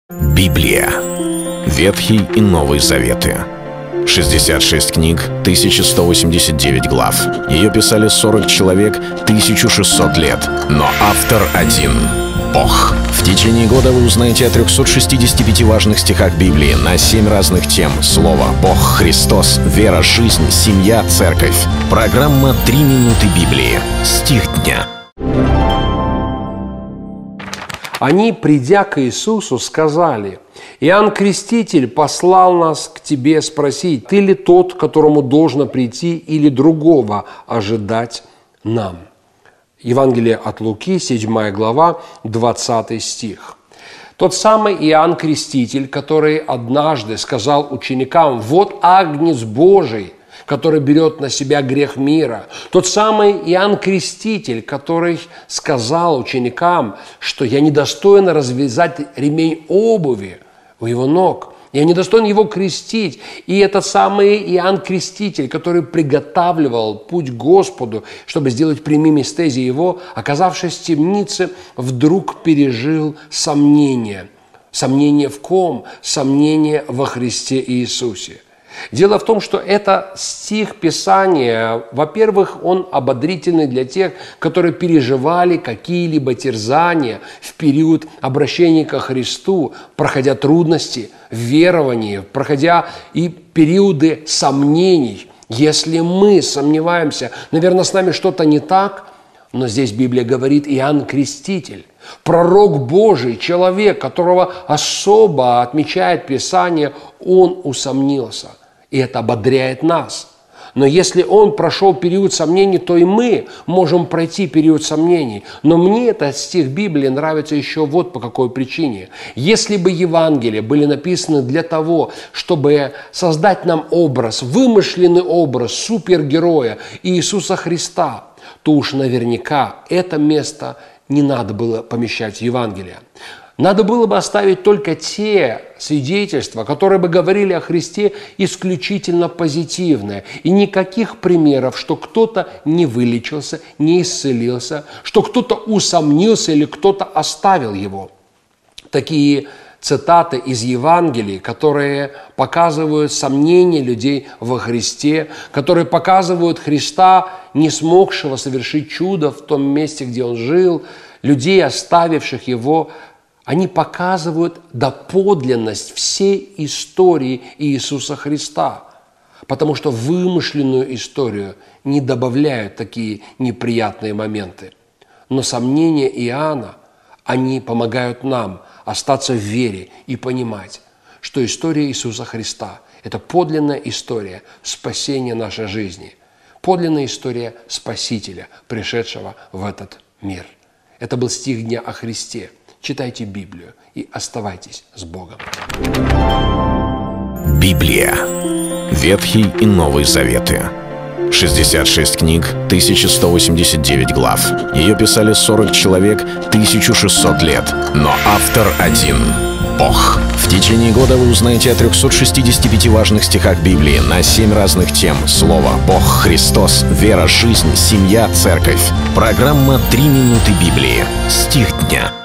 Библия. Ветхий и Новый Заветы. 66 книг, 1189 глав. Ее писали 40 человек, 1600 лет. Но автор один — Бог. В течение года вы узнаете о 365 важных стихах Библии на 7 разных тем. Слово, Бог, Христос, вера, жизнь, семья, церковь. Программа «3 минуты Библии». Стих дня. Они, придя к Иисусу, сказали: «Иоанн Креститель послал нас к тебе спросить, ты ли тот, которому должно прийти, или другого ожидать нам?» Евангелие от Луки, 7 глава, 20 стих. Тот самый Иоанн Креститель, который однажды сказал ученикам: «Вот Агнец Божий, который берет на себя грех мира». Тот самый Иоанн Креститель, который сказал ученикам, что «я недостоин развязать ремень обуви у его ног, я недостоин его крестить». И этот самый Иоанн Креститель, который приготавливал путь к Господу, чтобы сделать прямыми стези его, оказавшись в темнице, вдруг пережил сомнение. Сомнение в ком? Сомнение во Христе Иисусе. Дело в том, что это стих Писания, во-первых, он ободрительный для тех, которые переживали какие-либо терзания в период обращения ко Христу, проходя трудности в веровании, проходя и периоды сомнений. Если мы сомневаемся, наверное, с нами что-то не так, но здесь Библия говорит: Иоанн Креститель, пророк Божий, человек, которого особо отмечает Писание, он усомнился. И это ободряет нас. Но если он прошел период сомнений, то и мы можем пройти период сомнений. Но мне этот стих Библии нравится еще вот по какой причине. Если бы Евангелия были написаны для того, чтобы создать нам образ, вымышленный образ супергероя Иисуса Христа, то уж наверняка это место не надо было помещать в Евангелие. Надо было бы оставить только те свидетельства, которые бы говорили о Христе исключительно позитивное. И никаких примеров, что кто-то не вылечился, не исцелился, что кто-то усомнился или кто-то оставил его. Такие цитаты из Евангелий, которые показывают сомнения людей во Христе, которые показывают Христа, не смогшего совершить чудо в том месте, где Он жил, людей, оставивших Его. Они показывают доподлинность всей истории Иисуса Христа, потому что в вымышленную историю не добавляют такие неприятные моменты. Но сомнения Иоанна, они помогают нам остаться в вере и понимать, что история Иисуса Христа – это подлинная история спасения нашей жизни, подлинная история Спасителя, пришедшего в этот мир. Это был стих дня о Христе. Читайте Библию и оставайтесь с Богом. Библия. Ветхий и Новый Заветы. 66 книг, 1189 глав. Ее писали 40 человек, 1600 лет. Но автор один — Бог. В течение года вы узнаете о 365 важных стихах Библии на 7 разных тем. Слово, Бог, Христос, вера, жизнь, семья, церковь. Программа «3 минуты Библии». Стих дня.